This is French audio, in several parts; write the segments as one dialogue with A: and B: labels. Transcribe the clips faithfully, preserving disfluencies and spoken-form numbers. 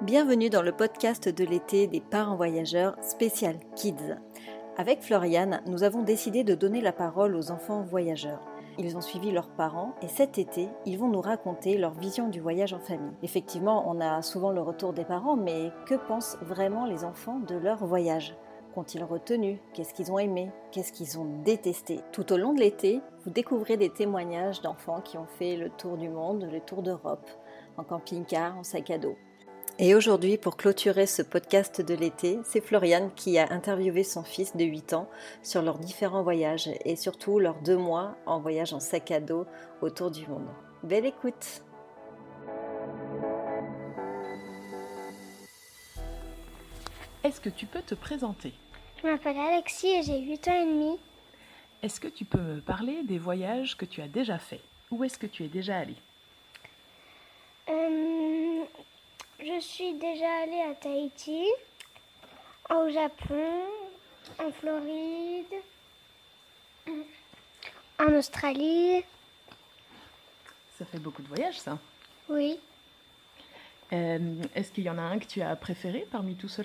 A: Bienvenue dans le podcast de l'été des parents voyageurs spécial Kids. Avec Floriane, nous avons décidé de donner la parole aux enfants voyageurs. Ils ont suivi leurs parents et cet été, ils vont nous raconter leur vision du voyage en famille. Effectivement, on a souvent le retour des parents, mais que pensent vraiment les enfants de leur voyage ? Qu'ont-ils retenu ? Qu'est-ce qu'ils ont aimé ? Qu'est-ce qu'ils ont détesté ? Tout au long de l'été, vous découvrez des témoignages d'enfants qui ont fait le tour du monde, le tour d'Europe, en camping-car, en sac à dos. Et aujourd'hui, pour clôturer ce podcast de l'été, c'est Floriane qui a interviewé son fils de huit ans sur leurs différents voyages et surtout leurs deux mois en voyage en sac à dos autour du monde. Belle écoute!
B: Est-ce que tu peux te présenter ?
C: Je m'appelle Alexis et j'ai huit ans et demi.
B: Est-ce que tu peux me parler des voyages que tu as déjà faits ? Où est-ce que tu es déjà allé ?
C: Euh, je suis déjà allée à Tahiti, au Japon, en Floride, en Australie.
B: Ça fait beaucoup de voyages, ça.
C: Oui.
B: Euh, est-ce qu'il y en a un que tu as préféré parmi tout cela ?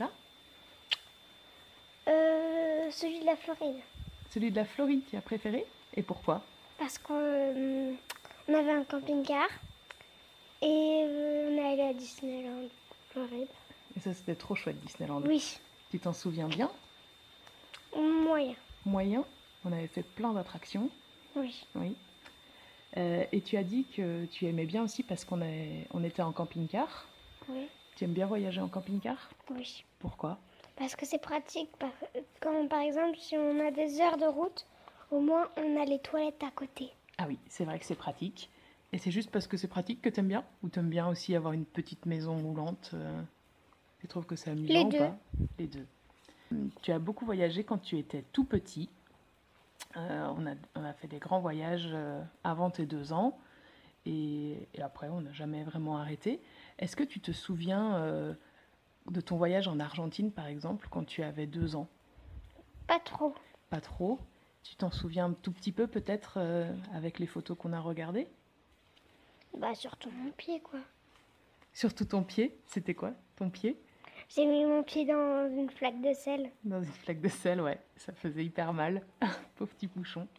C: Euh, celui de la Floride.
B: Celui de la Floride, tu as préféré ? Et pourquoi ?
C: Parce qu'on euh, on avait un camping-car et euh, on est allé à Disneyland, Floride.
B: Et ça, c'était trop chouette, Disneyland.
C: Oui,
B: Tu t'en souviens bien ?
C: moyen.
B: Moyen ? On avait fait plein d'attractions.
C: Oui.
B: Oui. Euh, et tu as dit que tu aimais bien aussi parce qu'on est, on était en camping-car.
C: Oui.
B: Tu aimes bien voyager en camping-car ?
C: Oui.
B: Pourquoi ?
C: Parce que c'est pratique. par- Quand par exemple, si on a des heures de route, au moins on a les toilettes à côté.
B: Ah oui, c'est vrai que c'est pratique. Et c'est juste parce que c'est pratique que t'aimes bien ? Ou t'aimes bien aussi avoir une petite maison roulante euh, Tu trouves que c'est amusant
C: Les
B: ou
C: deux.
B: pas ? Les deux. Hum, Tu as beaucoup voyagé quand tu étais tout petit. Euh, on, a, on a fait des grands voyages euh, avant tes deux ans. Et, et après, on n'a jamais vraiment arrêté. Est-ce que tu te souviens euh, de ton voyage en Argentine, par exemple, quand tu avais deux ans ?
C: Pas trop.
B: Pas trop. Tu t'en souviens un tout petit peu, peut-être, euh, avec les photos qu'on a regardées ?
C: Bah surtout mon pied quoi.
B: Surtout ton pied, c'était quoi ton pied ?
C: J'ai mis mon pied dans une flaque de sel.
B: Dans une flaque de sel, ouais, ça faisait hyper mal. Pauvre petit bouchon.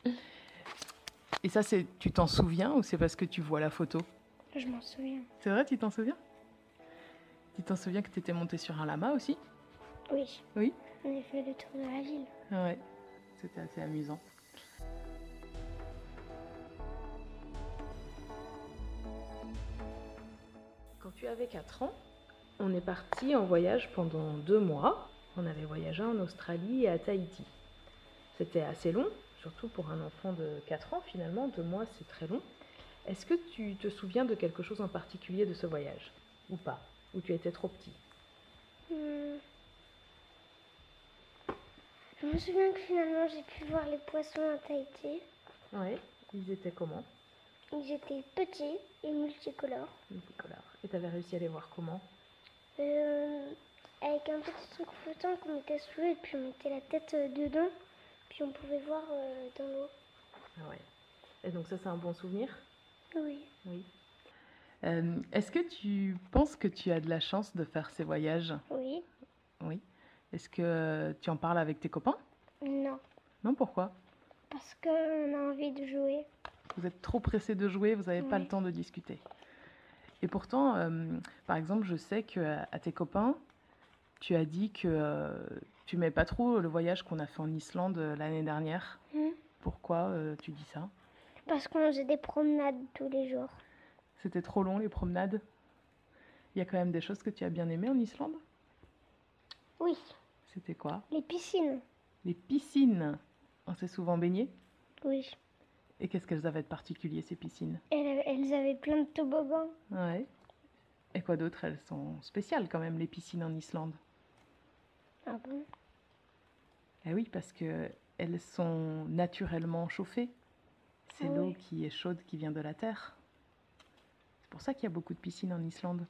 B: Et ça, c'est, tu t'en souviens ou c'est parce que tu vois la photo ?
C: Je m'en souviens.
B: C'est vrai, tu t'en souviens ? Tu t'en souviens que tu étais monté sur un lama aussi ?
C: Oui.
B: Oui ?
C: On a fait le tour de la ville.
B: Ah ouais, c'était assez amusant. Quand tu avais quatre ans, on est parti en voyage pendant deux mois. On avait voyagé en Australie et à Tahiti. C'était assez long, surtout pour un enfant de quatre ans finalement. Deux mois, c'est très long. Est-ce que tu te souviens de quelque chose en particulier de ce voyage ? Ou pas ? Ou tu étais trop petit ?
C: Hmm. Je me souviens que finalement j'ai pu voir les poissons à Tahiti.
B: Ouais, ils étaient comment ?
C: Ils étaient petits et multicolores.
B: Multicolores. Et tu avais réussi à les voir comment ?
C: Euh, avec un petit truc flottant qu'on mettait sous l'eau et puis on mettait la tête euh, dedans. Puis on pouvait voir euh, dans l'eau.
B: Ah ouais. Et donc ça, c'est un bon souvenir ?
C: Oui.
B: Oui. Euh, est-ce que tu penses que tu as de la chance de faire ces voyages ?
C: Oui.
B: Oui. Est-ce que euh, tu en parles avec tes copains ?
C: Non.
B: Non, pourquoi ?
C: Parce qu'on a envie de jouer.
B: Vous êtes trop pressés de jouer, vous n'avez pas
C: Oui.
B: le temps de discuter. Et pourtant, euh, par exemple, je sais qu'à à tes copains, tu as dit que euh, tu n'aimais pas trop le voyage qu'on a fait en Islande euh, l'année dernière.
C: Hmm.
B: Pourquoi euh, tu dis ça ?
C: Parce qu'on faisait des promenades tous les jours.
B: C'était trop long, les promenades ? Il y a quand même des choses que tu as bien aimées en Islande ?
C: Oui.
B: C'était quoi ?
C: Les piscines.
B: Les piscines. On s'est souvent baigné ?
C: Oui.
B: Et qu'est-ce qu'elles avaient de particulier, ces piscines ?
C: Elles, elles avaient plein de toboggans.
B: Ouais. Et quoi d'autre ? Elles sont spéciales quand même, les piscines en Islande.
C: Ah bon ?
B: Eh oui, parce qu'elles sont naturellement chauffées. C'est
C: Ah
B: l'eau
C: oui.
B: qui est chaude qui vient de la terre. C'est pour ça qu'il y a beaucoup de piscines en Islande.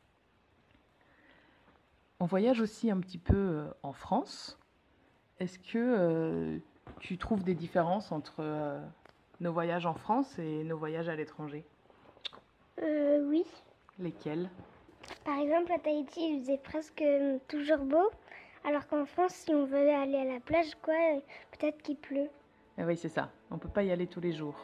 B: On voyage aussi un petit peu euh, en France. Est-ce que euh, tu trouves des différences entre euh, nos voyages en France et nos voyages à l'étranger ?
C: Euh, oui.
B: Lesquels ?
C: Par exemple, à Tahiti, il faisait presque euh, toujours beau, alors qu'en France, si on veut aller à la plage, quoi, euh, peut-être qu'il pleut.
B: Ah oui, c'est ça. On peut pas y aller tous les jours.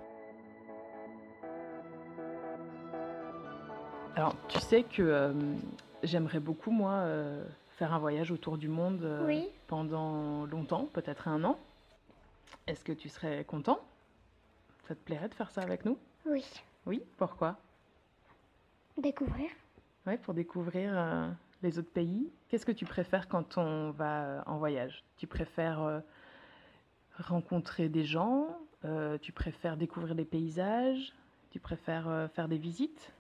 B: Alors, tu sais que euh, j'aimerais beaucoup, moi, euh, faire un voyage autour du monde euh,
C: Oui.
B: pendant longtemps, peut-être un an. Est-ce que tu serais content? Ça te plairait de faire ça avec nous?
C: Oui.
B: Oui, pourquoi?
C: Découvrir.
B: Oui, pour découvrir euh, les autres pays. Qu'est-ce que tu préfères quand on va euh, en voyage? Tu préfères euh, rencontrer des gens? Euh, tu préfères découvrir des paysages? Tu préfères euh, faire des visites?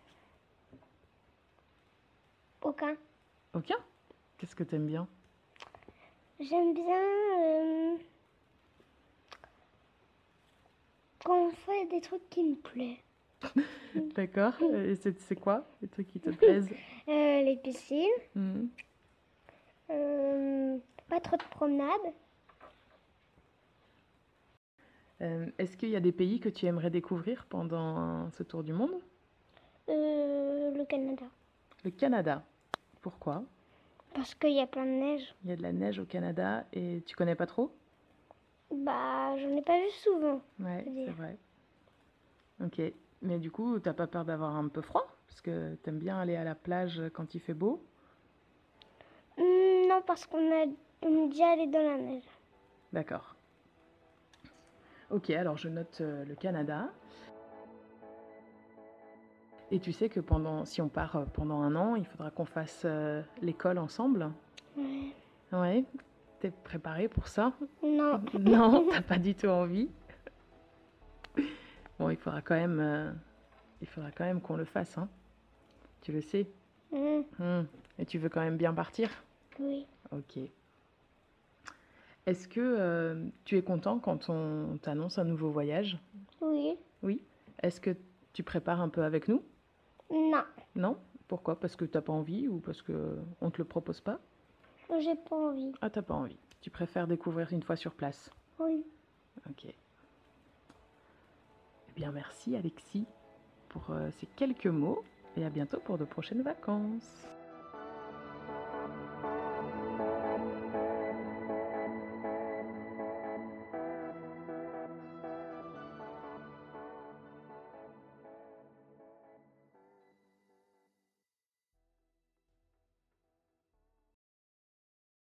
C: Aucun.
B: Aucun? Qu'est-ce que t'aimes bien?
C: J'aime bien euh, quand on fait des trucs qui me plaisent.
B: D'accord. Et c'est c'est quoi les trucs qui te plaisent?
C: Euh, les piscines,
B: Mhm.
C: euh, pas trop de promenades.
B: Euh, Est-ce qu'il y a des pays que tu aimerais découvrir pendant ce tour du monde?
C: Euh, le Canada.
B: Le Canada. Pourquoi?
C: Parce qu'il y a plein de neige.
B: Il y a de la neige au Canada et tu connais pas trop?
C: Bah, j'en ai pas vu souvent.
B: Ouais,
C: je veux
B: c'est
C: dire.
B: vrai. Ok. Mais du coup, t'as pas peur d'avoir un peu froid? Parce que t'aimes bien aller à la plage quand il fait beau?
C: Hmm, non, parce qu'on a, on est déjà allé dans la neige.
B: D'accord. Ok, alors je note euh, le Canada. Et tu sais que pendant, si on part euh, pendant un an, il faudra qu'on fasse euh, l'école ensemble?
C: Ouais.
B: Ouais. T'es préparée pour ça?
C: Non.
B: Non, t'as pas du tout envie. Bon, il faudra quand même, euh, il faudra quand même qu'on le fasse, hein. Tu le sais.
C: Hmm,
B: Hmm. Et tu veux quand même bien partir?
C: oui.
B: Ok. Est-ce que euh, tu es content quand on t'annonce un nouveau voyage?
C: Oui.
B: Oui. Est-ce que tu prépares un peu avec nous?
C: Non.
B: Non? Pourquoi? Parce que t'as pas envie ou parce que on te le propose pas?
C: J'ai pas envie.
B: Ah, t'as pas envie. Tu préfères découvrir une fois sur place.
C: Oui.
B: Ok. Eh bien, merci Alexis pour euh, ces quelques mots et à bientôt pour de prochaines vacances.